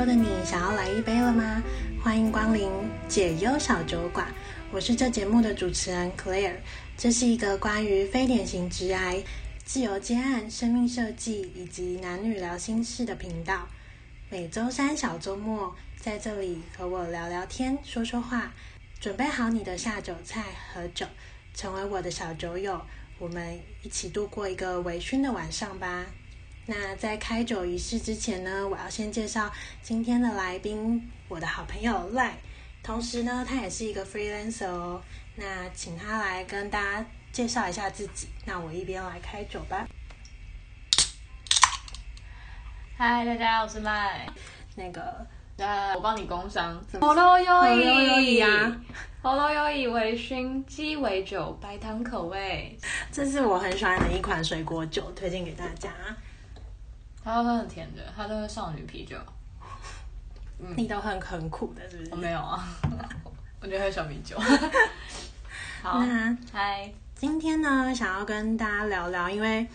的你想要来一杯了吗？欢迎光临解忧小酒馆，我是这节目的主持人 Claire。 这是一个关于非典型职涯、自由接案、生命设计以及男女聊心事的频道。每周三小周末在这里和我聊聊天说说话，准备好你的下酒菜和酒，成为我的小酒友，我们一起度过一个微醺的晚上吧。那在开酒仪式之前呢，我要先介绍今天的来宾，我的好朋友赖，同时呢他也是一个 freelancer 哦。那请他来跟大家介绍一下自己，那我一边来开酒吧。 嗨，大家好，我是赖。 我帮你工商。喉咙优怡啊， 喉咙优怡微醺鸡尾酒，白糖口味。 这是我很喜欢的一款水果酒，推荐给大家。 它都很甜的，它都是少女啤酒。 你都很苦的，是不是？ 我没有啊，我就喝小米酒。好，嗨， 今天呢，想要跟大家聊聊，因为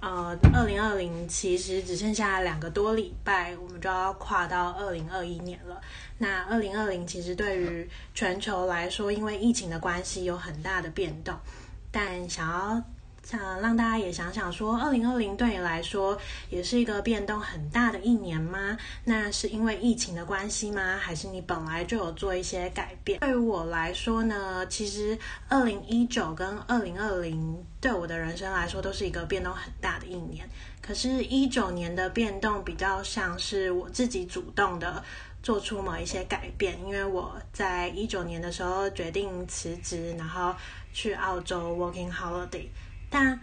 2020其实只剩下2个多礼拜，我们就要跨到2021年了。那2020其实对于全球来说，因为疫情的关系有很大的变动，但想让大家也想想说，2020对你来说也是一个变动很大的一年吗？那是因为疫情的关系吗？还是你本来就有做一些改变？对于我来说呢，其实2019跟2020对我的人生来说都是一个变动很大的一年。可是19年的变动比较像是我自己主动的做出某一些改变，因为我在19年的时候决定辞职，然后去澳洲 working holiday。但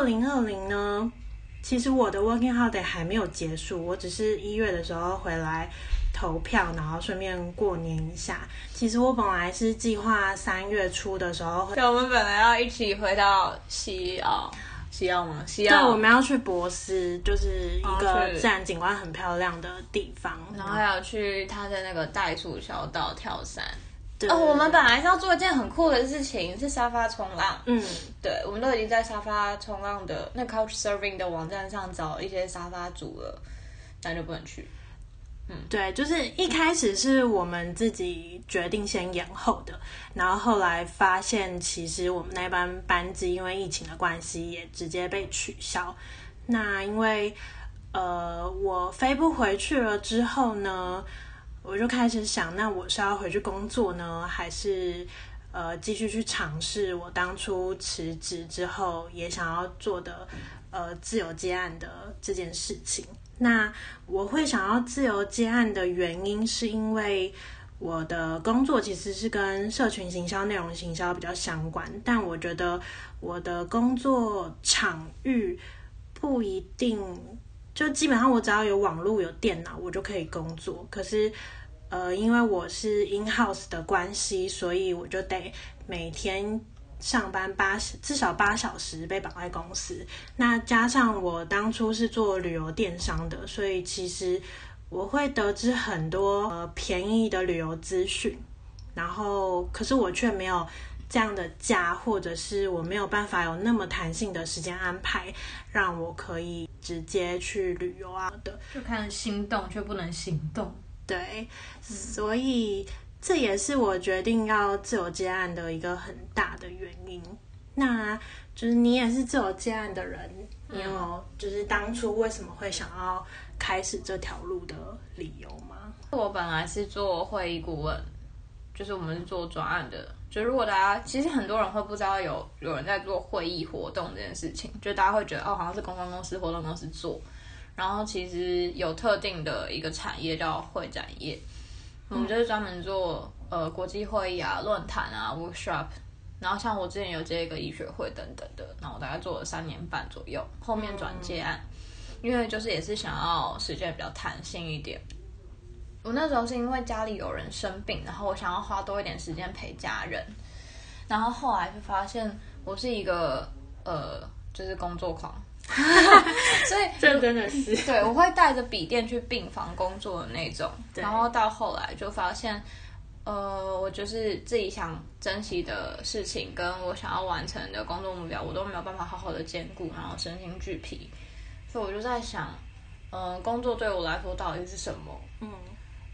2020呢，其实我的 working holiday 还没有结束，我只是1月的时候回来投票，然后顺便过年一下。其实我本来是计划3月初的时候， 对，我们本来要一起回到西澳吗？西澳。 对，我们要去博斯，就是一个自然景观很漂亮的地方， 然后还要去它的那个袋鼠小岛跳伞。 我们本来是要做一件很酷的事情，是沙发冲浪。对，我们都已经在沙发冲浪的那 Couchsurfing 的网站上找一些沙发主了，但就不能去。 对，就是一开始是我们自己决定先延后的，然后后来发现其实我们那班班机因为疫情的关系也直接被取消。那因为我飞不回去了之后呢，我就开始想，那我是要回去工作呢，还是继续去尝试我当初辞职之后也想要做的自由接案的这件事情。那我会想要自由接案的原因是因为我的工作其实是跟社群行销、内容行销比较相关，但我觉得我的工作场域不一定，就基本上我只要有网络有电脑我就可以工作。可是因为我是 in-house 的关系，所以我就得每天上班至少8小时被绑在公司。那加上我当初是做旅游电商的，所以其实我会得知很多便宜的旅游资讯，然后可是我却没有这样的假，或者是我没有办法有那么弹性的时间安排，让我可以直接去旅游啊的。 就看心动却不能行动。 对，所以这也是我决定要自由接案的一个很大的原因。那就是你也是自由接案的人，你有就是当初为什么会想要开始这条路的理由吗？ 我本来是做会议顾问，就是我们是做专案的。就如果大家其实很多人会不知道有人在做会议活动这件事情，就大家会觉得好像是公关公司、活动公司做。然后其实有特定的一个产业叫会展业，我们就是专门做国际会议啊、论坛啊、workshop。然后像我之前有接一个医学会等等的，那我大概做了3年半左右，后面转接案，因为就是也是想要时间比较弹性一点。我那时候是因为家里有人生病，然后我想要花多一点时间陪家人，然后后来就发现我是一个就是工作狂。所以这真的是对，我会带着笔电去病房工作的那种。然后到后来就发现我就是自己想珍惜的事情跟我想要完成的工作目标我都没有办法好好的兼顾，然后身心俱疲。所以我就在想工作对我来说到底是什么？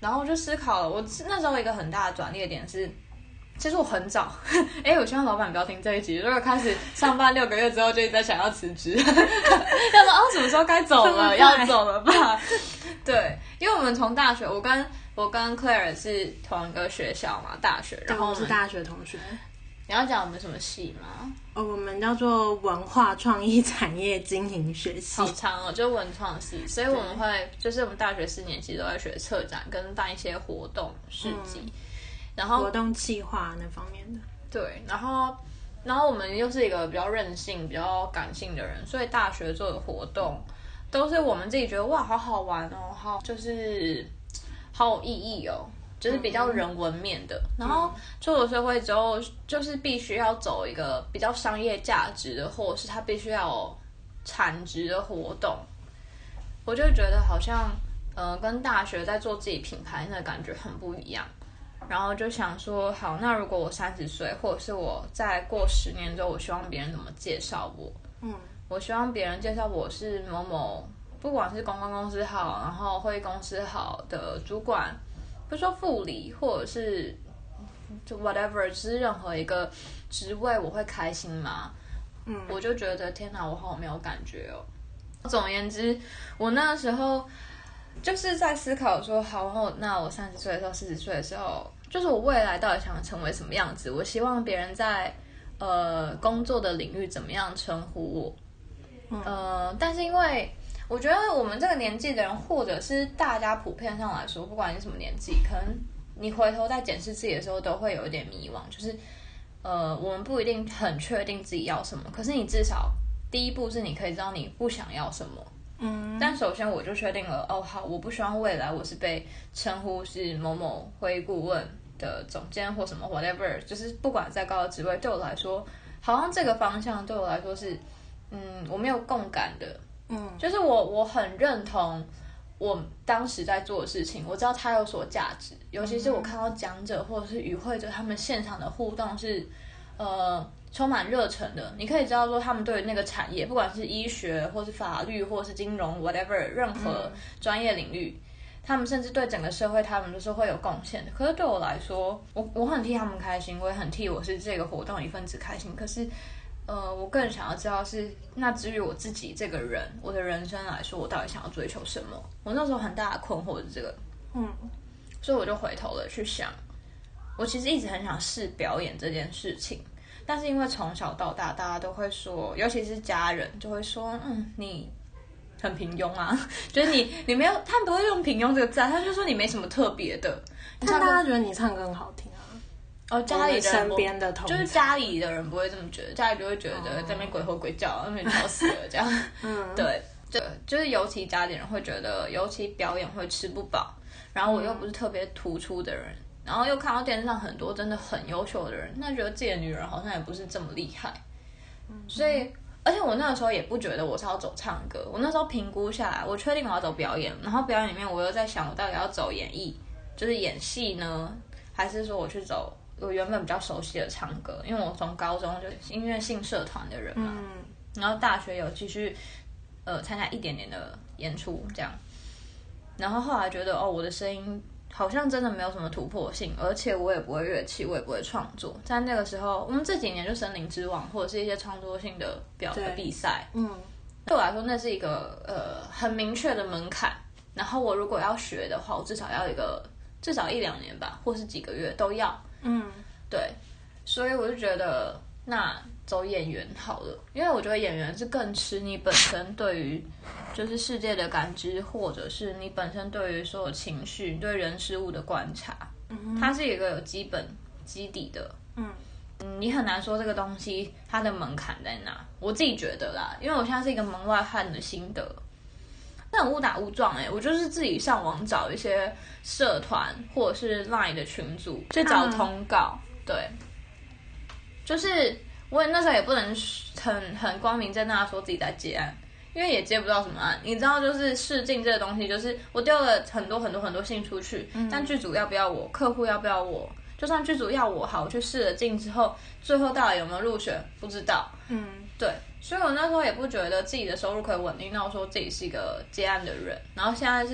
然后我就思考了，我那时候一个很大的转捩点是。其实我很早，我希望老板不要听这一集。如果开始上班6个月之后就一直在想要辞职，要说什么时候该走了，要走了吧？对，因为我们从大学，我跟 Claire 是同一个学校嘛，大学，然后我是大学同学。 你要讲我们什么系吗？ 我们叫做文化创意产业经营学系， 好长哦，就是文创系，所以我们会就是我们大学4年级都在学策展跟办一些活动市集。然后活动企划那方面的， 对，然后我们又是一个比较任性、比较感性的人，所以大学做的活动都是我们自己觉得哇，好好玩哦，就是好有意义哦，就是比较人文面的。然后出了社会之后，就是必须要走一个比较商业价值的，或者是它必须要有产值的活动。我就觉得好像跟大学在做自己品牌那感觉很不一样。然后就想说，好，那如果我30岁，或者是我再过10年之后，我希望别人怎么介绍我？我希望别人介绍我是某某，不管是公关公司好，然后会议公司好的主管，比如说副理，或者是就 whatever， 就是任何一个职位，我会开心吗？我就觉得天哪，我好没有感觉哦。总而言之，我那个时候就是在思考说，好，那我30岁的时候、40岁的时候，就是我未来到底想成为什么样子？我希望别人在工作的领域怎么样称呼我？但是因为我觉得我们这个年纪的人，或者是大家普遍上来说，不管你什么年纪，可能你回头在检视自己的时候，都会有一点迷惘，就是我们不一定很确定自己要什么，可是你至少第一步是你可以知道你不想要什么。但首先我就确定了，好，我不希望未来我是被称呼是某某会议顾问的总监或什么 whatever， 就是不管再高的职位，对我来说，好像这个方向对我来说是，我没有共感的，就是我很认同我当时在做的事情，我知道它有所价值，尤其是我看到讲者或者是与会者他们现场的互动是，充满热忱的，你可以知道说他们对于那个产业，不管是医学或是法律或是金融 whatever 任何专业领域，他们甚至对整个社会他们都是会有贡献的。可是对我来说，我很替他们开心，我也很替我是这个活动一份子开心。可是我更想要知道是，那至于我自己这个人，我的人生来说，我到底想要追求什么？我那时候很大的困惑是这个，所以我就回头了去想，我其实一直很想试表演这件事情。但是因为从小到大，大家都会说，尤其是家人就会说，你很平庸啊，就是你没有，他们不会用平庸这个字，他就说你没什么特别的。 但大家觉得你唱歌很好听啊。 家里的人身边的同就是家里的人不会这么觉得，家里就会觉得在那边鬼吼鬼叫，那边吵死了这样。对，就是尤其家里人会觉得，尤其表演会吃不饱，然后我又不是特别突出的人。然后又看到电视上很多真的很优秀的人，那觉得自己的女人好像也不是这么厉害，所以而且我那个时候也不觉得我是要走唱歌，我那时候评估下来，我确定我要走表演，然后表演里面我又在想，我到底要走演艺，就是演戏呢，还是说我去走我原本比较熟悉的唱歌，因为我从高中就音乐性社团的人嘛，然后大学有继续参加一点点的演出这样，然后后来觉得我的声音好像真的没有什么突破性，而且我也不会乐器，我也不会创作。在那个时候，我们这几年就森林之王或者是一些创作性的比赛，对我来说那是一个很明确的门槛。然后我如果要学的话，我至少要至少1-2年吧，或是几个月都要。对，所以我就觉得那走演员好了，因为我觉得演员是更吃你本身对于就是世界的感知，或者是你本身对于所有情绪、对人事物的观察，它是一个有基本基底的。你很难说这个东西它的门槛在哪，我自己觉得啦，因为我现在是一个门外汉的心得。那很误打误撞我就是自己上网找一些社团或者是 LINE 的群组去找通告，对，就是我也那时候也不能很光明正大说自己在接案，因为也接不到什么案。你知道，就是试镜这个东西，就是我丢了很多信出去，但剧组要不要我，客户要不要我，就算剧组要我好，我去试了镜之后，最后到底有没有入选不知道。对，所以我那时候也不觉得自己的收入可以稳定到说自己是一个接案的人。然后现在是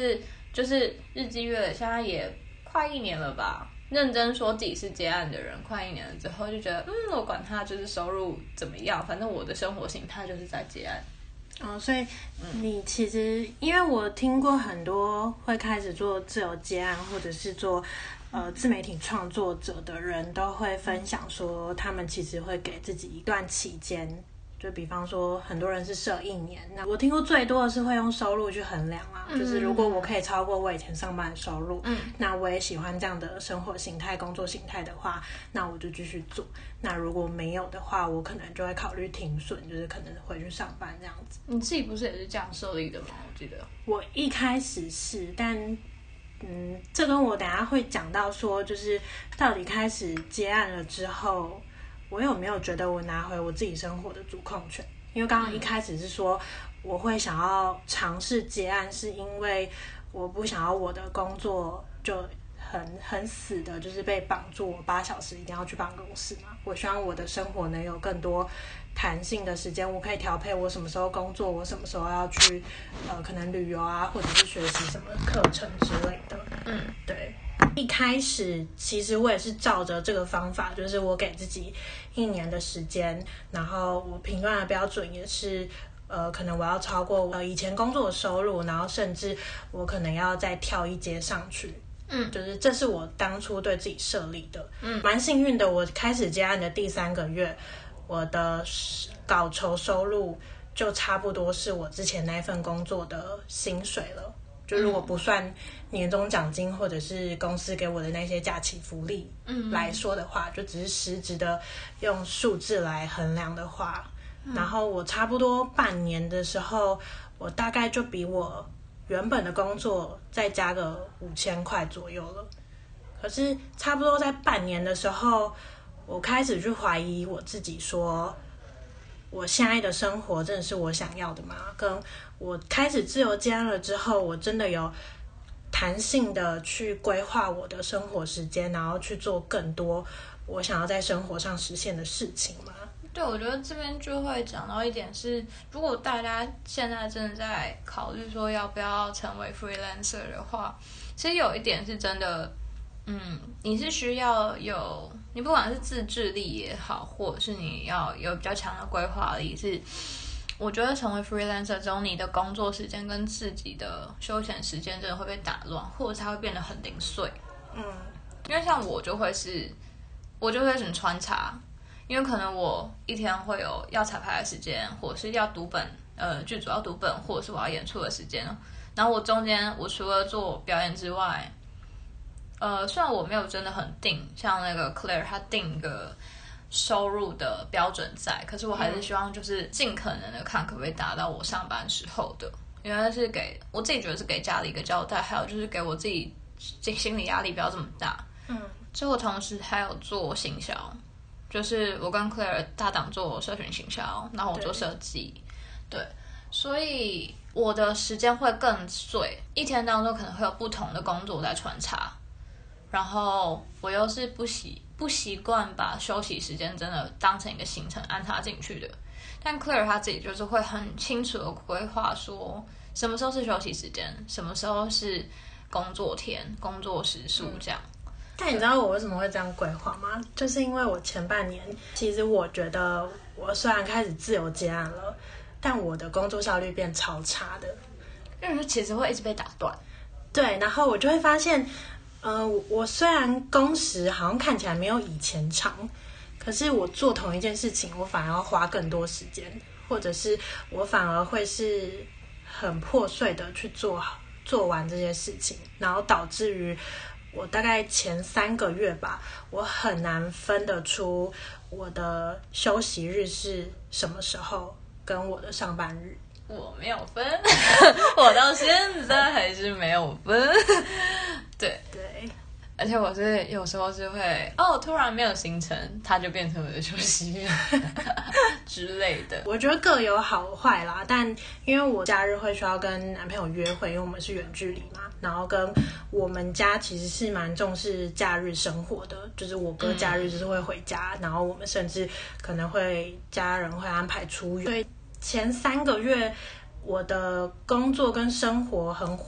就是日积月累，现在也快1年了吧。认真说自己是接案的人，快1年了之后就觉得，我管他就是收入怎么样，反正我的生活形态就是在接案。 所以你其实，因为我听过很多会开始做自由接案或者是做自媒体创作者的人都会分享说，他们其实会给自己一段期间。就比方说很多人是设1年，那我听过最多的是会用收入去衡量啦，就是如果我可以超过我以前上班的收入，那我也喜欢这样的生活形态工作形态的话，那我就继续做。那如果没有的话，我可能就会考虑停损，就是可能回去上班这样子。 你自己不是也是这样设立的吗？我记得我一开始是，但这跟我等一下会讲到说，就是到底开始接案了之后，我有没有觉得我拿回我自己生活的主控权？因为刚刚一开始是说我会想要尝试接案，是因为我不想要我的工作就很死的，就是被绑住，我8小时一定要去办公室嘛。我希望我的生活能有更多弹性的时间，我可以调配我什么时候工作，我什么时候要去可能旅游啊，或者是学习什么课程之类的。对。一开始其实我也是照着这个方法，就是我给自己1年的时间，然后我评断的标准也是可能我要超过我以前工作的收入，然后甚至我可能要再跳一阶上去。就是这是我当初对自己设立的。蛮幸运的，我开始接案的第3个月，我的稿酬收入就差不多是我之前那份工作的薪水了。就如果不算年终奖金或者是公司给我的那些假期福利来说的话，就只是实质的用数字来衡量的话，然后我差不多半年的时候，我大概就比我原本的工作再加个5000块左右了。可是差不多在半年的时候，我开始去怀疑我自己说，我现在的生活真的是我想要的吗？跟我开始自由接案了之后，我真的有弹性的去规划我的生活时间，然后去做更多我想要在生活上实现的事情吗？ 对，我觉得这边就会讲到一点是，如果大家现在真的在考虑说要不要成为 freelancer 的话，其实有一点是真的，你是需要有，你不管是自制力也好，或者是你要有比较强的规划力，是我觉得成为 freelancer 之后，你的工作时间跟自己的休闲时间真的会被打乱，或者是它会变得很零碎。因为像我就会很穿插。因为可能我一天会有要彩排的时间，或者是要读本，剧组要读本，或者是我要演出的时间。然后我中间我除了做表演之外，虽然我没有真的很定，像那个 Claire 她定一个收入的标准在，可是我还是希望就是尽可能的看可不可以达到我上班时候的，因为是给我自己觉得是给家里一个交代，还有就是给我自己心理压力不要这么大。之后同时还有做行销。就是我跟 Claire 搭档做社群行销，然后我做设计，对，所以我的时间会更碎，一天当中可能会有不同的工作在穿插，然后我又是不习惯把休息时间真的当成一个行程安插进去的，但 Claire 她自己就是会很清楚的规划说什么时候是休息时间，什么时候是工作天、工作时数这样。 但你知道我为什么会这样规划吗？就是因为我前半年，其实我觉得我虽然开始自由接案了，但我的工作效率变超差的， 因为其实会一直被打断。 对，然后我就会发现，我虽然工时好像看起来没有以前长，可是我做同一件事情，我反而要花更多时间，或者是我反而会是很破碎的去做完这些事情，然后导致于我大概前3个月吧，我很难分得出我的休息日是什么时候跟我的上班日。 我没有分，我到现在还是没有分。对，而且我是有时候是会突然没有行程，它就变成我的休息日之类的。 我觉得各有好坏啦，但因为我假日会需要跟男朋友约会，因为我们是远距离嘛，然后跟我们家其实是蛮重视假日生活的，就是我哥假日就是会回家，然后我们甚至可能会家人会安排出游。所以前3个月我的工作跟生活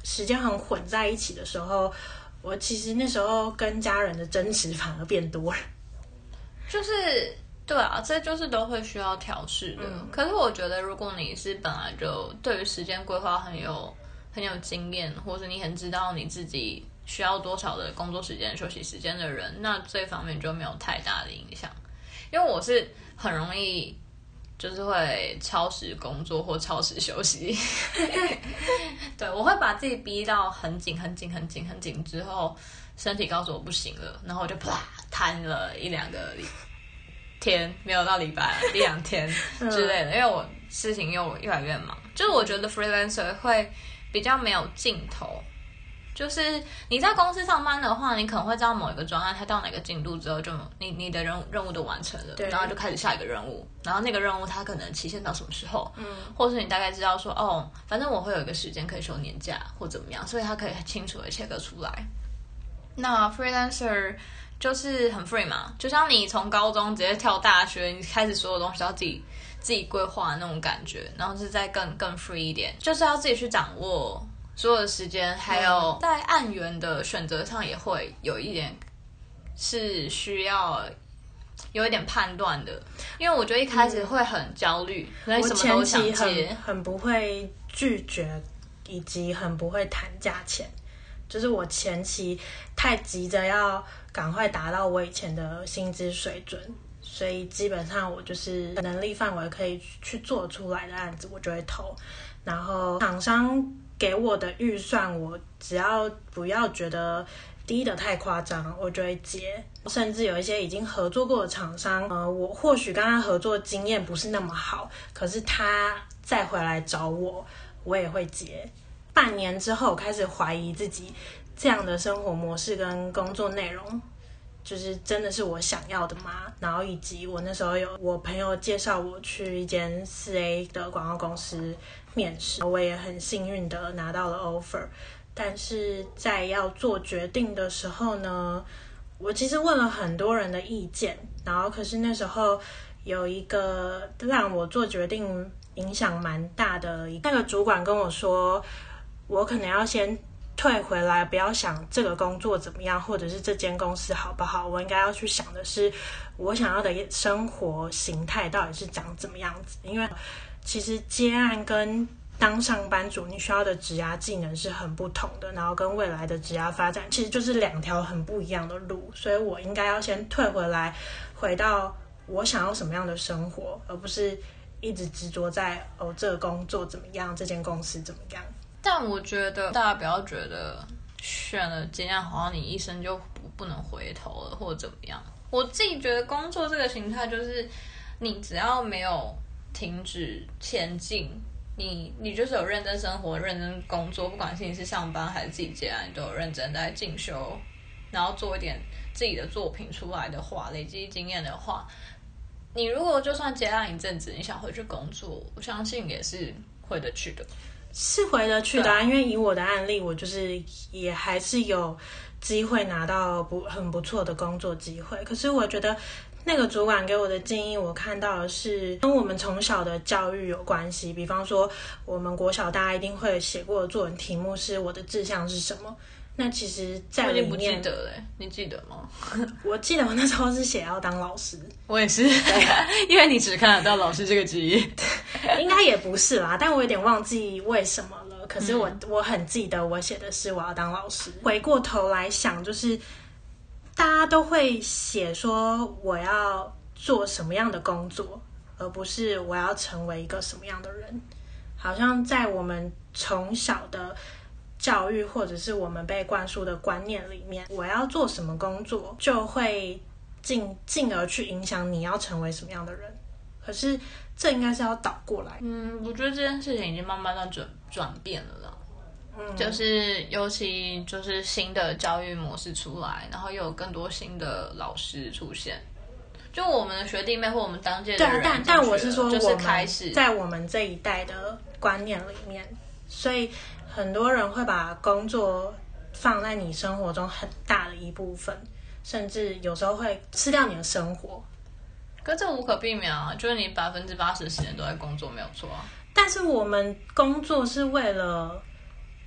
时间很混在一起的时候，我其实那时候跟家人的争执反而变多了。 就是对啊，这就是都会需要调试的。可是我觉得，如果你是本来就对于时间规划很有经验，或者你很知道你自己需要多少的工作时间、休息时间的人，那这方面就没有太大的影响。因为我是很容易就是会超时工作或超时休息，对，我会把自己逼到很紧之后，身体告诉我不行了，然后我就啪瘫了1-2个天，没有到礼拜1-2天之类的，因为我事情又越来越忙。就是我觉得 freelancer 会比较没有尽头。就是你在公司上班的话，你可能会知道某一个专案它到哪个进度之后就你的任务都完成了，然后就开始下一个任务，然后那个任务它可能期限到什么时候，或是你大概知道说反正我会有一个时间可以休年假或怎么样，所以它可以很清楚的切割出来。那 freelancer 就是很 free 嘛，就像你从高中直接跳大学，你开始所有东西都要自己规划那种感觉，然后是再更 free 一点，就是要自己去掌握所有的时间，还有在案源的选择上也会有一点是需要有一点判断的，因为我觉得一开始会很焦虑，所以什么都想接， 很不会拒绝，以及很不会谈价钱。就是我前期太急着要赶快达到我以前的薪资水准，所以基本上我就是能力范围可以去做出来的案子我就会投，然后厂商给我的预算，我只要不要觉得低的太夸张，我就会接。甚至有一些已经合作过的厂商，我或许跟他合作经验不是那么好，可是他再回来找我，我也会接。半年之后，我开始怀疑自己这样的生活模式跟工作内容，就是真的是我想要的吗？然后以及我那时候有我朋友介绍我去一间4A 的广告公司面试，我也很幸运的拿到了 offer， 但是在要做决定的时候呢，我其实问了很多人的意见，然后可是那时候有一个让我做决定影响蛮大的那个主管跟我说，我可能要先退回来，不要想这个工作怎么样，或者是这间公司好不好，我应该要去想的是我想要的生活形态到底是长怎么样子。因为其实接案跟当上班族你需要的职涯技能是很不同的，然后跟未来的职涯发展其实就是2条很不一样的路，所以我应该要先退回来，回到我想要什么样的生活，而不是一直执着在这个工作怎么样，这间公司怎么样。 但我觉得大家不要觉得选了接案好像你一生就不能回头了或者怎么样。我自己觉得工作这个形态就是你只要没有停止前进，你就是有认真生活认真工作，不管是你是上班还是自己接案，你都有认真在进修，然后做一点自己的作品出来的话，累积经验的话，你如果就算接案一阵子你想回去工作，我相信也是回得去的， 是回得去的因为以我的案例，我就是也还是有机会拿到很不错的工作机会。可是我觉得那个主管给我的建议，我看到的是跟我们从小的教育有关系。比方说我们国小大家一定会写过的作文题目是我的志向是什么，那其实在里面我已经不记得了你记得吗？ 我记得我那时候是写要当老师。 我也是因为你只看得到老师这个职业应该也不是啦，但我有点忘记为什么了。可是我很记得我写的是我要当老师。回过头来想，就是大家都会写说我要做什么样的工作，而不是我要成为一个什么样的人。好像在我们从小的教育或者是我们被灌输的观念里面，我要做什么工作就会进而去影响你要成为什么样的人。可是这应该是要倒过来。 我觉得这件事情已经慢慢的转变了啦。就是尤其就是新的教育模式出来，然后又有更多新的老师出现，就我们的学弟妹或我们当届的人， 对，但我是说就是开始在我们这一代的观念里面，所以很多人会把工作放在你生活中很大的一部分，甚至有时候会吃掉你的生活。 可这无可避免啊，就是你80%的时间都在工作，没有错啊。 但是我们工作是为了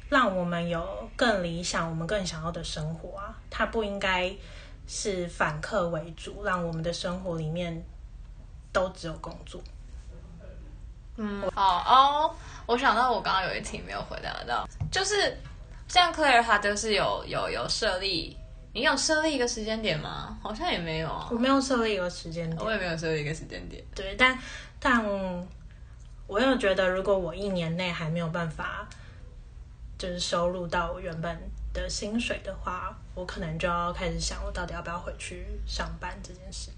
让我们有更理想、我们更想要的生活啊。它不应该是反客为主，让我们的生活里面都只有工作。 我想到我刚刚有一题没有回答到，就是像 Claire 她就是有设立，你有设立一个时间点吗？好像也没有啊。 我没有设立一个时间点， 我也没有设立一个时间点。 对，但我又觉得，如果我1年内还没有办法就是收入到我原本的薪水的话，我可能就要开始想，我到底要不要回去上班这件事。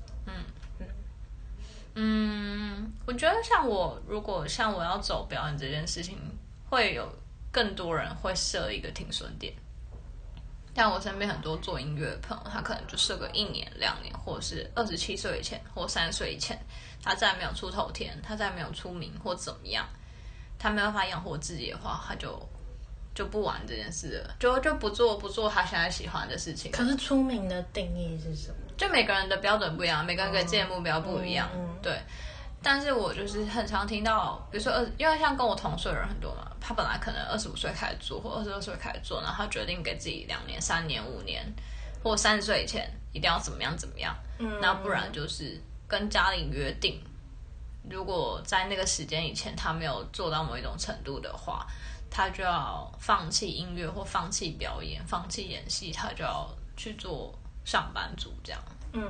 我觉得如果像我要走表演这件事情，会有更多人会设一个停损点。但我身边很多做音乐的朋友，他可能就设个1年、2年，或者是27岁以前或30岁以前，他再没有出头天，他再没有出名或怎么样，他没有办法养活自己的话，他就不玩这件事了，就不做他现在喜欢的事情。 可是出名的定义是什么？ 就每个人的标准不一样，每个人给自己的目标不一样，对。但是我就是很常听到，比如说因为像跟我同岁的人很多嘛，他本来可能25岁开始做，或22岁开始做，然后他决定给自己2年、3年、5年，或30岁以前一定要怎么样怎么样，那不然就是跟家里约定，如果在那个时间以前他没有做到某一种程度的话，他就要放弃音乐或放弃表演、放弃演戏，他就要去做上班族这样。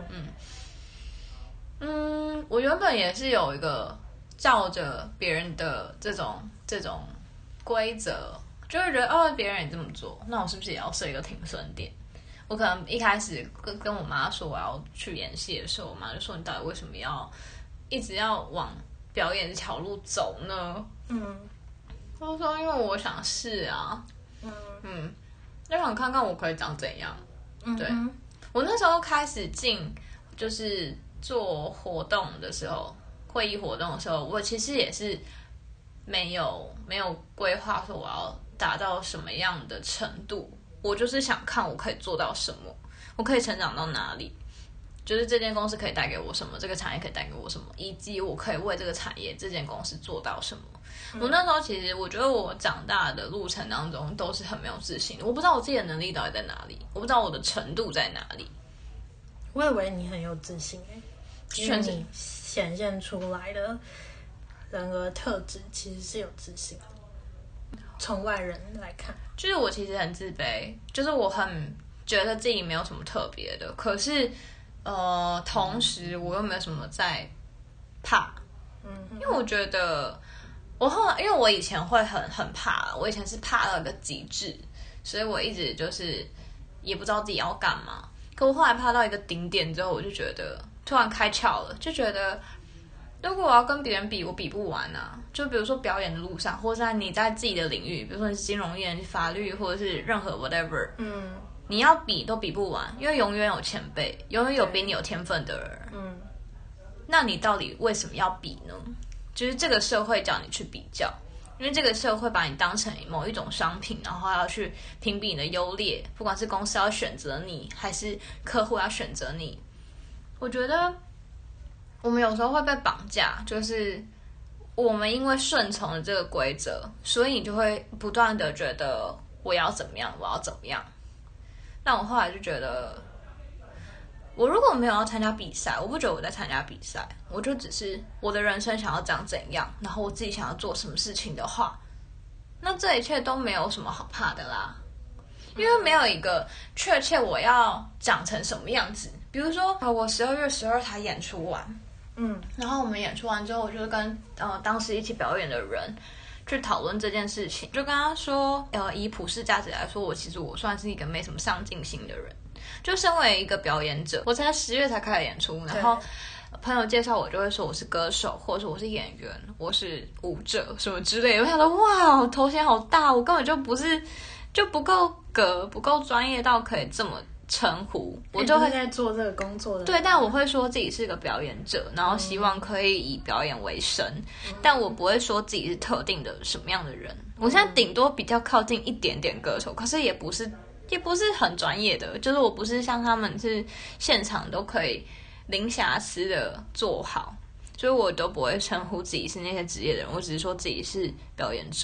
我原本也是有一个照着别人的这种规则，就会觉得别人也这么做，那我是不是也要设一个停损点？我可能一开始跟我妈说我要去演戏的时候，我妈就说你到底为什么要一直要往表演这条路走呢？我说因为我想试啊，就想看看我可以长怎样。对，我那时候开始就是做活动的时候，会议活动的时候，我其实也是没有规划说我要达到什么样的程度，我就是想看我可以做到什么，我可以成长到哪里，就是这间公司可以带给我什么，这个产业可以带给我什么，以及我可以为这个产业这间公司做到什么。我那时候其实我觉得我长大的路程当中都是很没有自信的，我不知道我自己的能力到底在哪里，我不知道我的程度在哪里。 我以为你很有自信因为你显现出来的人格特质其实是有自信的。从外人来看， 就是我其实很自卑，就是我很觉得自己没有什么特别的，可是同时我又没有什么在怕，因为我觉得我后来，因为我以前会很怕，我以前是怕到一个极致，所以我一直就是也不知道自己要干嘛。可我后来怕到一个顶点之后，我就觉得突然开窍了，就觉得如果我要跟别人比，我比不完啊。就比如说表演的路上，或者你在自己的领域，比如说你是金融业、法律，或者是任何 whatever，你要比都比不完，因为永远有前辈，永远有比你有天分的人。那你到底为什么要比呢？就是这个社会叫你去比较，因为这个社会把你当成某一种商品，然后要去评比你的优劣，不管是公司要选择你，还是客户要选择你。我觉得我们有时候会被绑架，就是我们因为顺从了这个规则，所以你就会不断的觉得我要怎么样，我要怎么样。但我后来就觉得，我如果没有要参加比赛，我不觉得我在参加比赛，我就只是我的人生想要长怎样，然后我自己想要做什么事情的话，那这一切都没有什么好怕的啦。因为没有一个确切我要长成什么样子。比如说我12月12才演出完，然后我们演出完之后，我就跟当时一起表演的人去讨论这件事情，就跟他说，以普世价值来说，我算是一个没什么上进心的人。就身为一个表演者，我才10月才开始演出，然后朋友介绍我就会说我是歌手，或者说我是演员，我是舞者什么之类的。我想说，哇，头衔好大，我根本就不够格，不够专业到可以这么称呼。我就会在做这个工作的， 对，但我会说自己是个表演者，然后希望可以以表演为生，但我不会说自己是特定的什么样的人。我现在顶多比较靠近一点点歌手，可是也不是很专业的，就是我不是像他们是现场都可以零瑕疵的做好，所以我都不会称呼自己是那些职业的人，我只是说自己是表演者。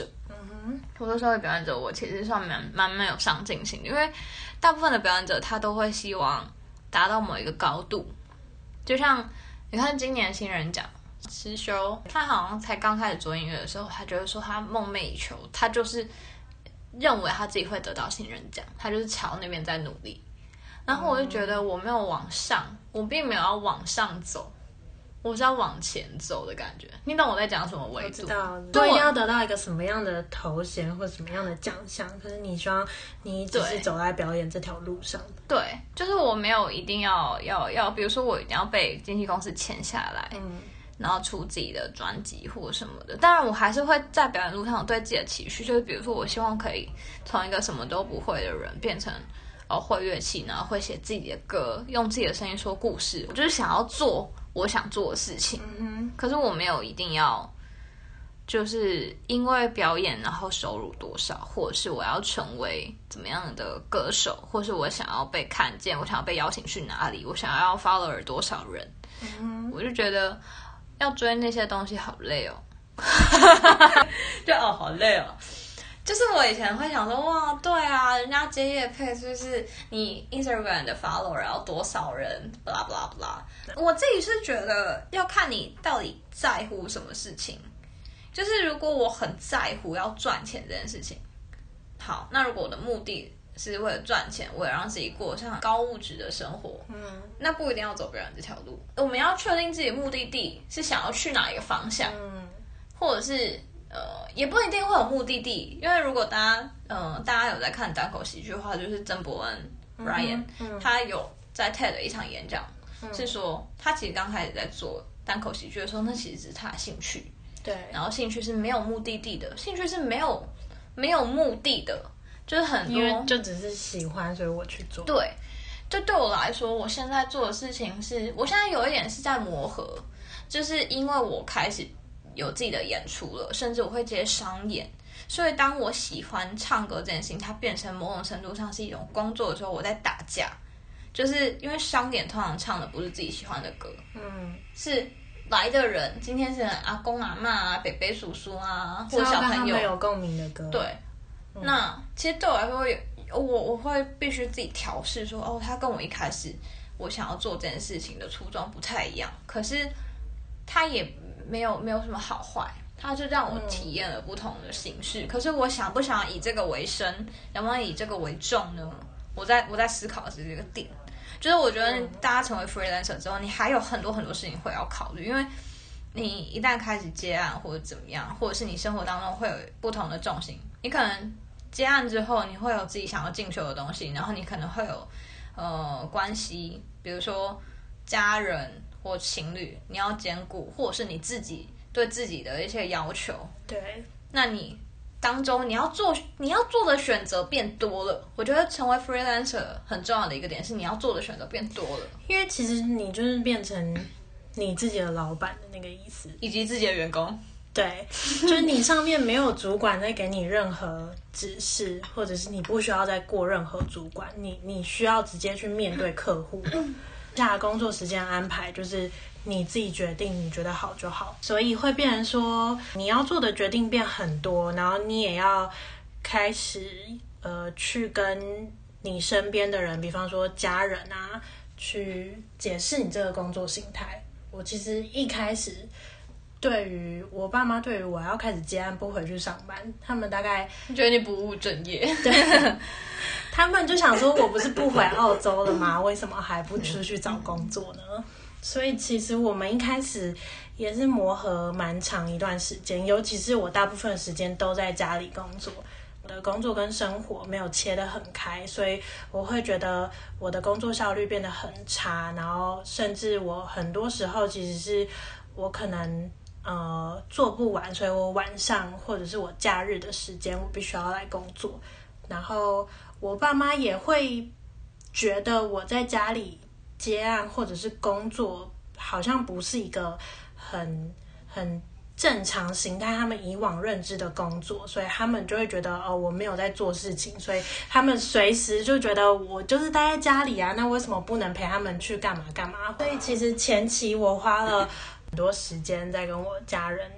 我的社会表演者，我其实算蛮没有上进心的，因为大部分的表演者他都会希望达到某一个高度，就像你看今年新人奖师修，他好像才刚开始做音乐的时候，他就会说他梦寐以求，他就是认为他自己会得到新人奖，他就是朝那边在努力。然后我就觉得我没有往上，我并没有要往上走，我是要往前走的感觉。你懂我在讲什么维度？ 我知道，不一定要得到一个什么样的头衔或什么样的奖项，可是你希望你只是走在表演这条路上。 对，就是我没有一定要，比如说我一定要被经纪公司签下来，然后出自己的专辑或什么的。当然，我还是会在表演路上有对自己的期许，就是比如说我希望可以从一个什么都不会的人变成会乐器，然后会写自己的歌，用自己的声音说故事。我就是想要做我想做的事情，可是我没有一定要就是因为表演然后收入多少，或者是我要成为怎么样的歌手，或是我想要被看见，我想要被邀请去哪里，我想要 follower 多少人，我就觉得要追那些东西好累哦就好累哦。就是我以前会想说，哇，对啊，人家接业配就是你 Instagram 的 follower 要多少人，blah blah blah。我自己是觉得要看你到底在乎什么事情。就是如果我很在乎要赚钱这件事情，好，那如果我的目的是为了赚钱，为了让自己过上高物质的生活，那不一定要走表演这条路。我们要确定自己的目的地是想要去哪一个方向，或者是也不一定会有目的地，因为如果大家有在看单口喜剧的话，就是曾伯恩 Ryan，他有在 TED 的一场演讲，是说他其实刚开始在做单口喜剧的时候，那其实只是他的兴趣。 对， 然后兴趣是没有目的地的，兴趣是没有目的的，就是很多因为就只是喜欢，所以我去做。 对，就对我来说，我现在做的事情是，我现在有一点是在磨合，就是因为我开始有自己的演出了，甚至我会接商演，所以当我喜欢唱歌这件事情，它变成某种程度上是一种工作的时候，我在打架，就是因为商演通常唱的不是自己喜欢的歌，是来的人，今天是阿公阿嬷啊、伯伯叔叔啊，或者小朋友有共鸣的歌。 对，那其实对我来说，我会必须自己调试说，他跟我一开始我想要做这件事情的初衷不太一样，可是他也没有什么好坏，他就让我体验了不同的形式。可是我想不想以这个为生，想不想以这个为重呢？我在思考的是这个点。就是我觉得大家成为 freelancer 之后，你还有很多很多事情会要考虑，因为你一旦开始接案或者怎么样，或者是你生活当中会有不同的重心，你可能接案之后，你会有自己想要进修的东西，然后你可能会有关系，比如说家人或情侣，你要兼顾，或者是你自己对自己的一些要求。 对， 那你当中你要做的选择变多了。我觉得成为 freelancer 很重要的一个点是你要做的选择变多了， 因为其实你就是变成你自己的老板的那个意思， 以及自己的员工。 对，就是你上面没有主管在给你任何指示，或者是你不需要再过任何主管，你需要直接去面对客户。下工作时间安排就是你自己决定，你觉得好就好，所以会变成说你要做的决定变很多，然后你也要开始去跟你身边的人，比方说家人啊，去解释你这个工作形态。我其实一开始对于我爸妈，对于我要开始接案不回去上班，他们大概觉得你不务正业， 对，他们就想说我不是不回澳洲了吗？为什么还不出去找工作呢？所以其实我们一开始也是磨合蛮长一段时间，尤其是我大部分时间都在家里工作，我的工作跟生活没有切得很开，所以我会觉得我的工作效率变得很差，然后甚至我很多时候其实是我可能做不完，所以我晚上或者是我假日的时间我必须要来工作，然后我爸妈也会觉得我在家里接案或者是工作好像不是一个很正常形态，他们以往认知的工作，所以他们就会觉得我没有在做事情，所以他们随时就觉得我就是待在家里啊，那为什么不能陪他们去干嘛干嘛？所以其实前期我花了很多时间在跟我家人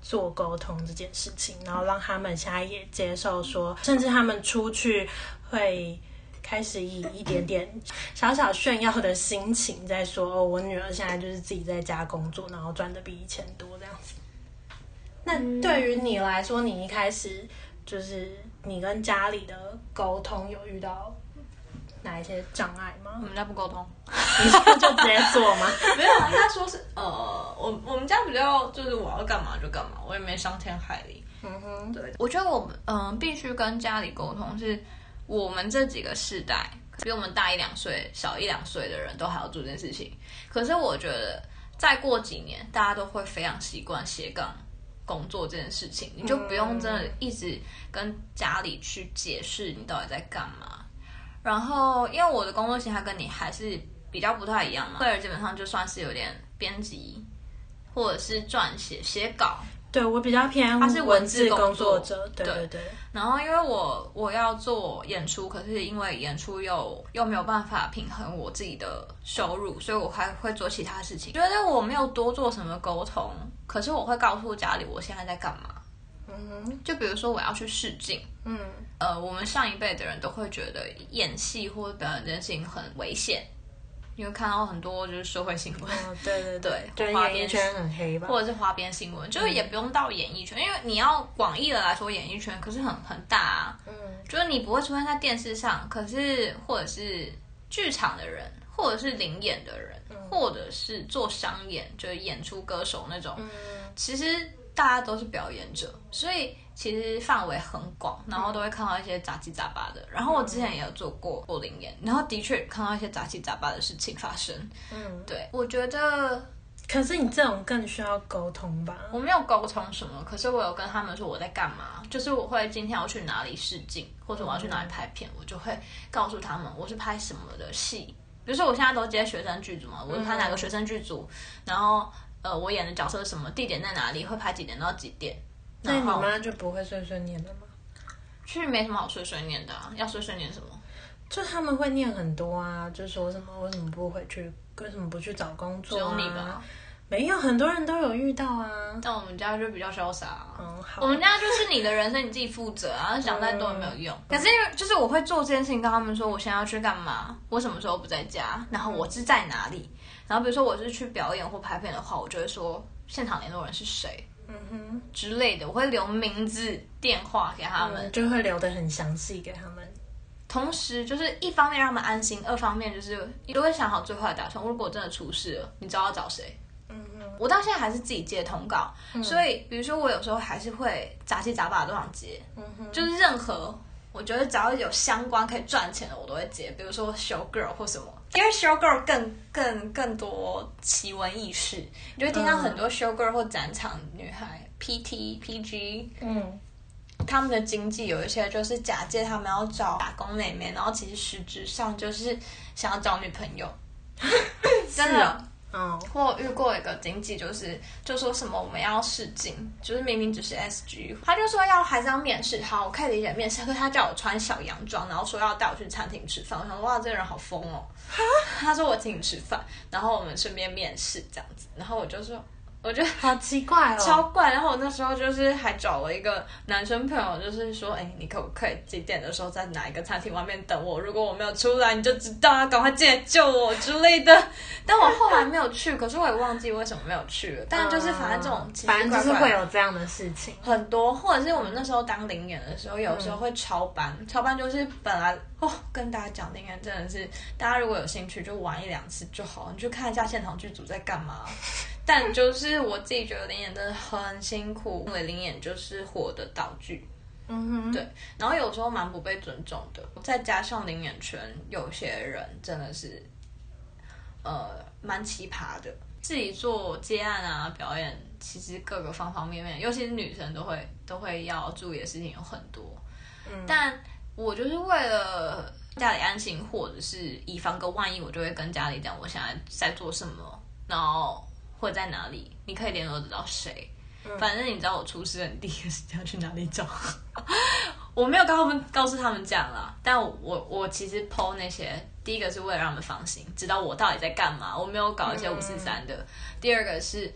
做沟通这件事情，然后让他们现在也接受说，甚至他们出去会开始以一点点小小炫耀的心情在说，哦，我女儿现在就是自己在家工作，然后赚的比以前多这样子。那对于你来说，你一开始就是你跟家里的沟通有遇到哪一些障碍吗？ 我们家不沟通， 你说就直接做吗？ 没有，应该说是我们家比较就是我要干嘛就干嘛，我也没伤天害理。对，我觉得我们必须跟家里沟通，是我们这几个世代比我们大1-2岁、小1-2岁的人都还要做这件事情。可是我觉得再过几年，大家都会非常习惯斜杠工作这件事情，你就不用真的一直跟家里去解释你到底在干嘛。然后因为我的工作形态跟你还是比较不太一样嘛，所以基本上就算是有点编辑或者是撰写稿。 对，我比较偏他是文字工工作者，对。 然后因为我要做演出，可是因为演出又没有办法平衡我自己的收入，所以我还会做其他事情。觉得我没有多做什么沟通，可是我会告诉家里我现在在干嘛。就比如说我要去试镜，我们上一辈的人都会觉得演戏或者表演这件事情很危险。因为看到很多就是社会新闻，对， 就演艺圈很黑吧， 或者是花边新闻，就是也不用到演艺圈，因为你要广义的来说，演艺圈可是很大啊，就是你不会出现在电视上，可是或者是剧场的人，或者是领演的人，或者是做商演，就是演出歌手那种，其实大家都是表演者，所以其实范围很广，然后都会看到一些杂七杂八的。然后我之前也有做过领演，然后的确看到一些杂七杂八的事情发生。对，我觉得。 可是你这种更需要沟通吧？ 我没有沟通什么，可是我有跟他们说我在干嘛，就是我会今天要去哪里试镜，或者我要去哪里拍片，我就会告诉他们我是拍什么的戏。比如说我现在都接学生剧组嘛，我是拍哪个学生剧组，然后我演的角色是什么，地点在哪里，会拍几点到几点。 那你妈就不会碎碎念的吗？ 其实没什么好碎碎念的啊，要碎碎念什么？ 就他们会念很多啊，就说什么为什么不回去，为什么不去找工作啊？ 只有你吧？ 没有，很多人都有遇到啊。 但我们家就比较潇洒啊。 好， 我们家就是你的人生你自己负责啊，想再多也没有用。可是因为就是我会做这件事情，跟他们说我现在要去干嘛，我什么时候不在家，然后我是在哪里。然后比如说我是去表演或拍片的话，我就会说现场联络人是谁。之类的，我会留名字、电话给他们， 就会留得很详细给他们。 同时，就是一方面让他们安心，二方面就是你都会想好最坏的打算。如果真的出事了，你知道要找谁？我到现在还是自己接通告，所以比如说我有时候还是会杂七杂八的都想接，就是任何我觉得只要有相关可以赚钱的我都会接，比如说 show girl 或什么。因为 show girl 更多奇闻异事，你就会听到很多 show girl 或展场女孩 PT PG，他们的经济有一些就是假借他们要找打工妹妹，然后其实实质上就是想要找女朋友，真的。或遇过一个经纪，就说什么我们要试镜，就是明明只是 SG， 他就说还是要面试。好，我可以理解面试，可是他叫我穿小洋装，然后说要带我去餐厅吃饭。我想说哇，这个人好疯哦。他说我请你吃饭，然后我们顺便面试这样子，然后我就说。我觉得好奇怪哦， 超怪。然后我那时候就是还找了一个男生朋友，就是说，你可不可以几点的时候在哪一个餐厅外面等我？如果我没有出来，你就知道要赶快进来救我之类的。但我后来没有去，可是我也忘记为什么没有去了。但就是反正这种奇奇怪怪， 反正就是会有这样的事情很多，或者是我们那时候当领演的时候，有时候会超班，超班就是本来跟大家讲领演真的是，大家如果有兴趣就玩1-2次就好，你去看一下现场剧组在干嘛。但就是我自己觉得领演真的很辛苦，因为领演就是活的道具，对，然后有时候蛮不被尊重的，再加上领演圈有些人真的是，蛮奇葩的，自己做接案啊、表演，其实各个方方面面，尤其是女生都会要注意的事情有很多，但我就是为了家里安心，或者是以防个万一，我就会跟家里讲我现在在做什么，然后。或者在哪里，你可以联络得到谁？反正你知道我出事了，你第一个时间要去哪里找？我没有告诉他们这样啦，但我其实 po 那些，第一个是为了让他们放心，知道我到底在干嘛，我没有搞一些543的。第二个是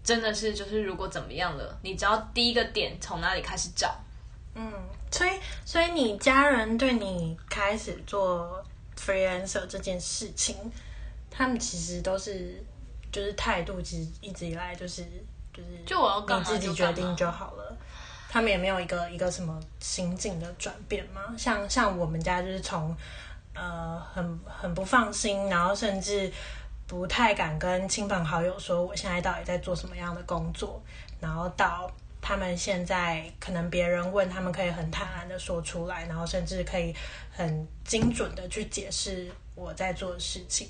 真的是就是如果怎么样了，你只要第一个点从哪里开始找。 所以你家人对你开始做 freelancer 这件事情，他们其实都是就是态度，其实一直以来就是我要干嘛你自己决定就好了。他们也没有一个什么心境的转变吗？像我们家就是从很不放心，然后甚至不太敢跟亲朋好友说我现在到底在做什么样的工作，然后到他们现在可能别人问他们可以很坦然的说出来，然后甚至可以很精准的去解释我在做的事情。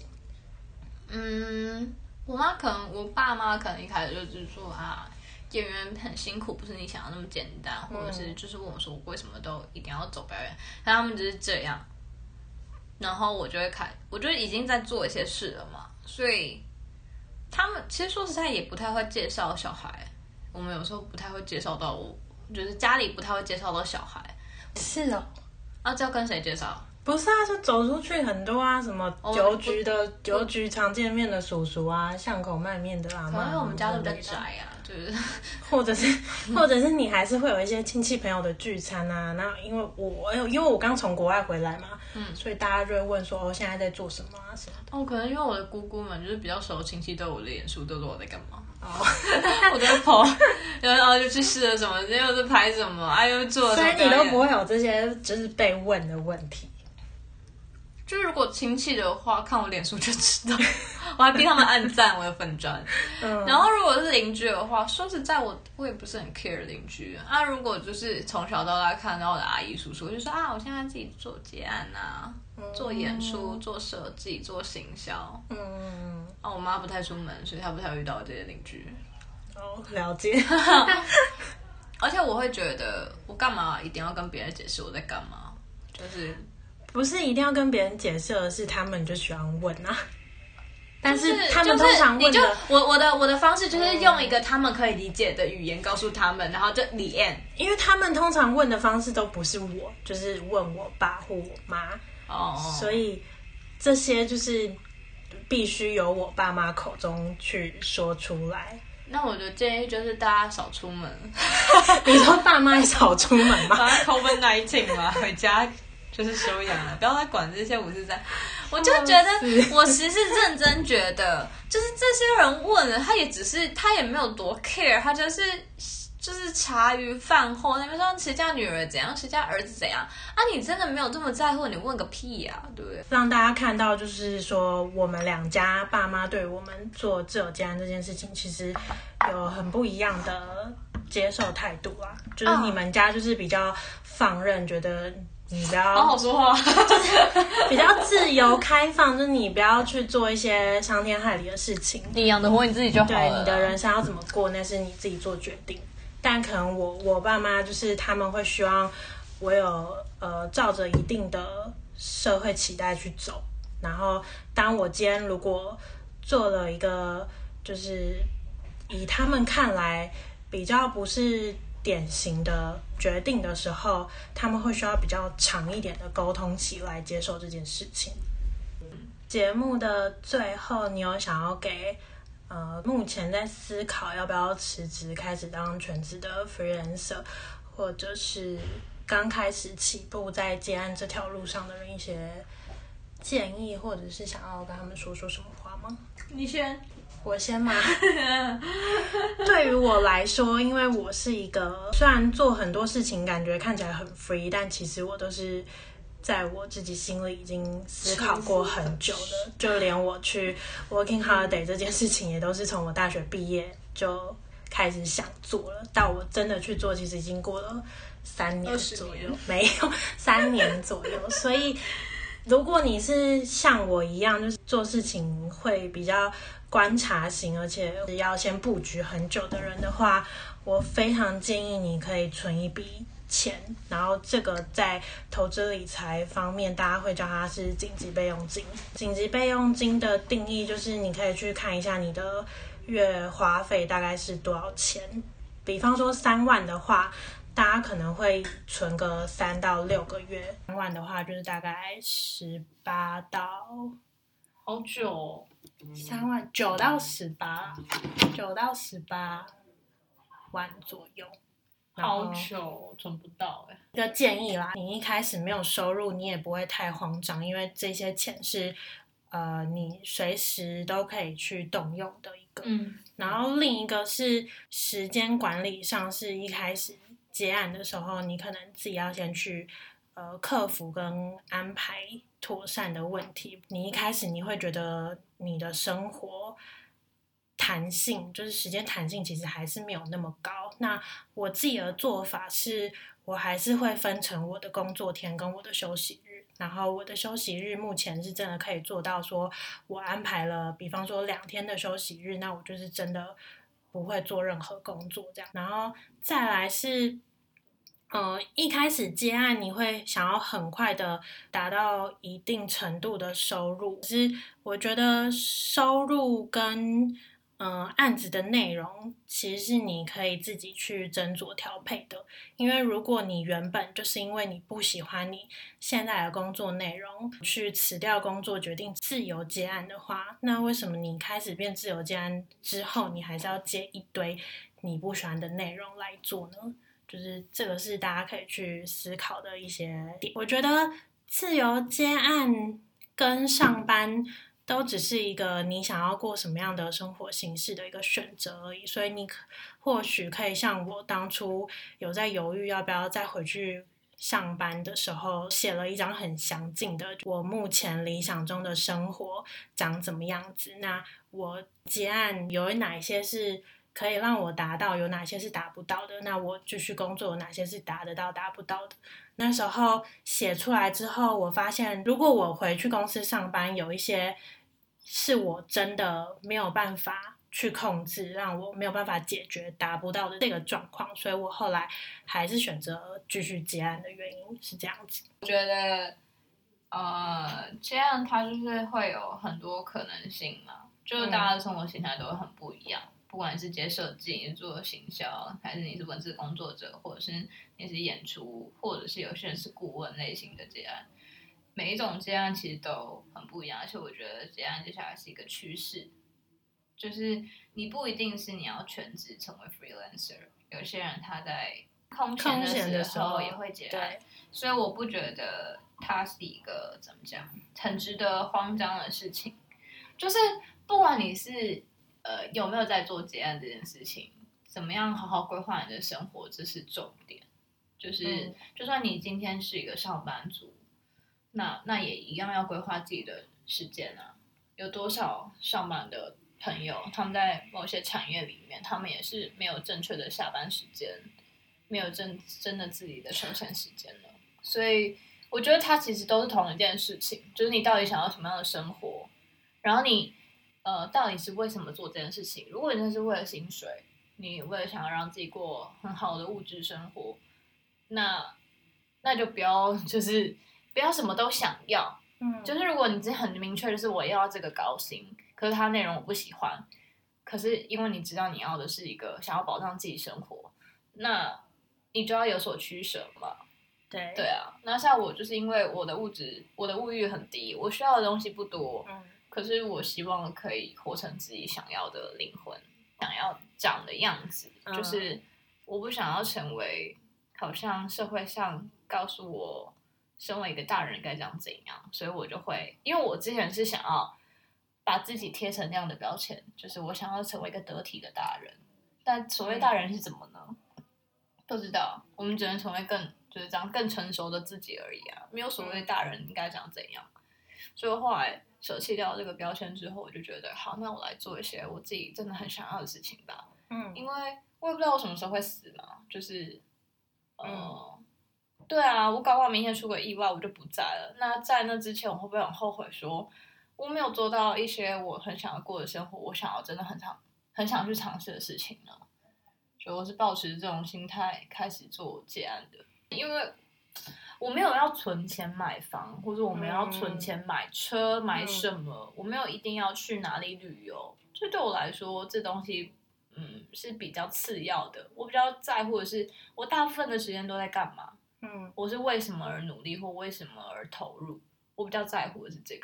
我爸妈可能一开始就是说演员很辛苦，不是你想要那么简单，或者是就是问我说我为什么都一定要走表演，但他们就是这样。然后我就已经在做一些事了嘛，所以他们其实说实在也不太会介绍小孩，我们有时候不太会介绍到就是家里不太会介绍到小孩。 是哦， 这要跟谁介绍？ 不是就走出去很多什么邮局常见面的叔叔巷口卖面的阿嬷， 可能我们家都比较宅就是或者是你还是会有一些亲戚朋友的聚餐那因为我刚从国外回来嘛，所以大家就会问说现在在做什么什么的。 可能因为我的姑姑们就是比较熟的亲戚，都有我的脸书，都知道我在干嘛。我在跑，然后就去试了什么，又是拍什么，又做了什么， 所以你都不会有这些就是被问的问题。 就是如果亲戚的话，看我脸书就知道，我还逼他们按赞我的粉专。然后如果是邻居的话，说实在我也不是很 care 邻居如果就是从小到大看到我的阿姨叔叔，我就说我现在自己做接案做演出、做设计、做行销。我妈不太出门，所以她不太遇到这些邻居。 了解。 而且我会觉得，我干嘛一定要跟别人解释我在干嘛？就是不是一定要跟别人解释，而是他们就喜欢问但是他们通常问的， 我的方式就是用一个他们可以理解的语言告诉他们，然后就the end。 因为他们通常问的方式都不是我，就是问我爸或我妈。所以这些就是必须由我爸妈口中去说出来。 那我的建议就是大家少出门。 你说爸妈少出门吗？ 把 COVID-19 嘛，回家就是休养了，不要再管这些543。我就觉得，我其实认真觉得，就是这些人问了，他也没有多 care， 他就是茶余饭后那边说谁家女儿怎样，谁家儿子怎样你真的没有这么在乎，你问个屁对不对？ 让大家看到，就是说我们两家爸妈对我们做自由接案这件事情，其实有很不一样的接受态度就是你们家就是比较放任，觉得你不要好好说话， 就是比较自由开放，就是你不要去做一些伤天害理的事情。 你养得活你自己就好了。 对，你的人生要怎么过，那是你自己做决定。但可能我爸妈就是他们会希望我有照着一定的社会期待去走，然后当我今天如果做了一个就是以他们看来比较不是典型的决定的时候，他们会需要比较长一点的沟通期来接受这件事情。节目的最后，你有想要给目前在思考要不要辞职开始当全职的 freelancer， 或者是刚开始起步在接案这条路上的人一些建议，或者是想要跟他们说什么话吗？ 你先。 我先吗？对于我来说，因为我是一个虽然做很多事情感觉看起来很 free， 但其实我都是在我自己心里已经思考过很久的，就连我去 working holiday 这件事情也都是从我大学毕业就开始想做了，到我真的去做其实已经过了3年左右，没有3年左右。所以如果你是像我一样就是做事情会比较观察型，而且要先布局很久的人的话，我非常建议你可以存一笔钱，然后这个在投资理财方面大家会叫它是紧急备用金。紧急备用金的定义就是你可以去看一下你的月花费大概是多少钱，比方说3万的话，大家可能会存个3到6个月，3万的话就是大概18到好久哦 3万9到18万左右。 好久，存不到哎。 一个建议啦，你一开始没有收入，你也不会太慌张，因为这些钱是你随时都可以去动用的一个。然后另一个是时间管理上，是一开始接案的时候，你可能自己要先去克服跟安排妥善的问题。你一开始你会觉得你的生活弹性，就是时间弹性其实还是没有那么高。那我自己的做法是，我还是会分成我的工作天跟我的休息日。然后我的休息日目前是真的可以做到说，我安排了，比方说2天的休息日，那我就是真的不会做任何工作这样。然后再来是，一开始接案你会想要很快的达到一定程度的收入，可是我觉得收入跟案子的内容其实是你可以自己去斟酌调配的。因为如果你原本就是因为你不喜欢你现在的工作内容去辞掉工作决定自由接案的话，那为什么你开始变自由接案之后你还是要接一堆你不喜欢的内容来做呢？就是这个是大家可以去思考的一些点。我觉得自由接案跟上班都只是一个你想要过什么样的生活形式的一个选择而已，所以你或许可以像我当初有在犹豫要不要再回去上班的时候，写了一张很详尽的我目前理想中的生活长怎么样子。那我接案有哪一些是可以让我达到，有哪些是达不到的，那我继续工作有哪些是达得到达不到的。那时候写出来之后，我发现如果我回去公司上班，有一些是我真的没有办法去控制，让我没有办法解决达不到的这个状况，所以我后来还是选择继续接案的原因是这样子。 我觉得这样它就是会有很多可能性嘛，就是大家的生活形态都会很不一样。不管是接设计、你是做行销，还是你是文字工作者，或者是你是演出，或者是有些人是顾问类型的接案，每一种接案其实都很不一样。而且我觉得接案接下来是一个趋势，就是你不一定是你要全职成为 freelancer， 有些人他在空闲的时候也会接案，所以我不觉得它是一个怎么讲很值得慌张的事情。就是不管你是有没有在做结案这件事情，怎么样好好规划你的生活，这是重点。就是就算你今天是一个上班族，那也一样要规划自己的时间啊。有多少上班的朋友，他们在某些产业里面，他们也是没有正确的下班时间，没有真的自己的休闲时间了。所以我觉得它其实都是同一件事情，就是你到底想要什么样的生活，然后你到底是为什么做这件事情？如果你真的是为了薪水，你为了想要让自己过很好的物质生活，那就不要不要什么都想要。就是如果你真的很明确，就是我要这个高薪，可是它内容我不喜欢，可是因为你知道你要的是一个想要保障自己生活，那你就要有所取舍嘛。对啊，那像我就是因为我的物欲很低，我需要的东西不多，可是我希望可以活成自己想要的灵魂，想要长的样子，就是我不想要成为好像社会上告诉我身为一个大人该长怎样，所以我就会，因为我之前是想要把自己贴成那样的标签，就是我想要成为一个得体的大人，但所谓大人是怎么呢？不知道，我们只能成为就是这样更成熟的自己而已啊，没有所谓大人应该长怎样。所以后来舍弃掉这个标签之后，我就觉得好，那我来做一些我自己真的很想要的事情吧。因为我也不知道我什么时候会死嘛，就是对啊，我搞不好明天出个意外我就不在了。那在那之前，我会不会很后悔说我没有做到一些我很想要过的生活，我想要真的很想去尝试的事情呢？所以我是抱持这种心态开始做接案的，因为我没有要存钱买房，或者我没有要存钱买车买什么，我没有一定要去哪里旅游。这对我来说，这东西是比较次要的。我比较在乎的是，我大部分的时间都在干嘛？我是为什么而努力，或为什么而投入？我比较在乎的是这个。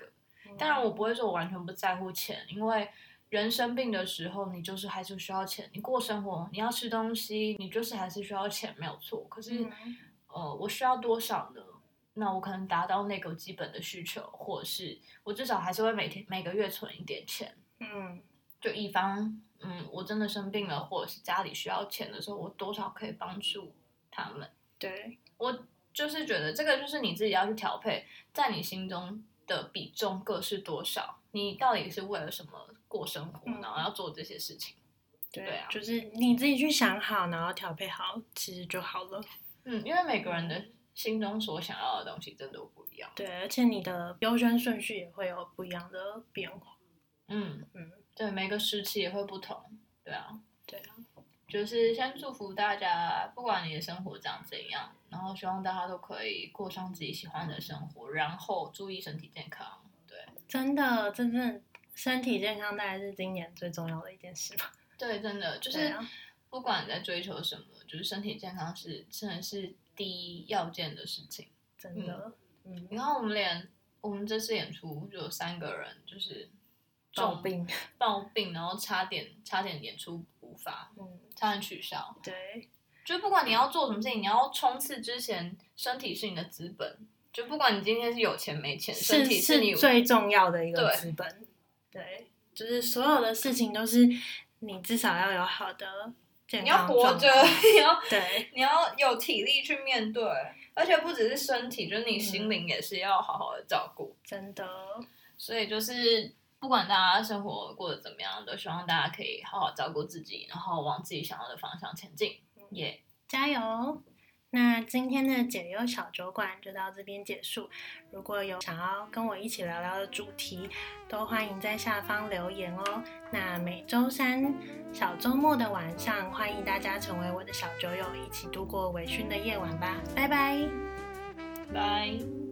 当然我不会说我完全不在乎钱，因为人生病的时候你就是还是需要钱，你过生活你要吃东西你就是还是需要钱，没有错。可是我需要多少呢？那我可能达到那个基本的需求，或者是我至少还是会每个月存一点钱，就以防我真的生病了，或者是家里需要钱的时候，我多少可以帮助他们。 对， 我就是觉得这个就是你自己要去调配，在你心中的比重各是多少，你到底是为了什么过生活，然后要做这些事情。对啊， 就是你自己去想好，然后调配好，其实就好了。 因为每个人的心中所想要的东西真的都不一样。 对，而且你的优先顺序也会有不一样的变化。 对，每个时期也会不同。对啊， 就是先祝福大家，不管你的生活长怎样，然后希望大家都可以过上自己喜欢的生活，然后注意身体健康。对， 真的身体健康大概是今年最重要的一件事吧。 对，真的就是不管你在追求什么，就是身体健康真的是第一要件的事情。 真的， 你看我们这次演出就有3个人就是暴病，然后差点演出无法，差点取消。 对， 就不管你要做什么事情，你要冲刺之前，身体是你的资本。就不管你今天是有钱没钱，身体是你最重要的一个资本。对，就是所有的事情都是你至少要有好的健康， 你要活着，你要有体力去面对，而且不只是身体，就是你心灵也是要好好的照顾。 真的， 所以就是不管大家生活过得怎么样，都希望大家可以好好照顾自己，然后往自己想要的方向前进。 加油！那今天的解忧小酒馆就到这边结束。如果有想要跟我一起聊聊的主题，都欢迎在下方留言哦。那每周3小周末的晚上，欢迎大家成为我的小酒友，一起度过微醺的夜晚吧。拜拜。 拜。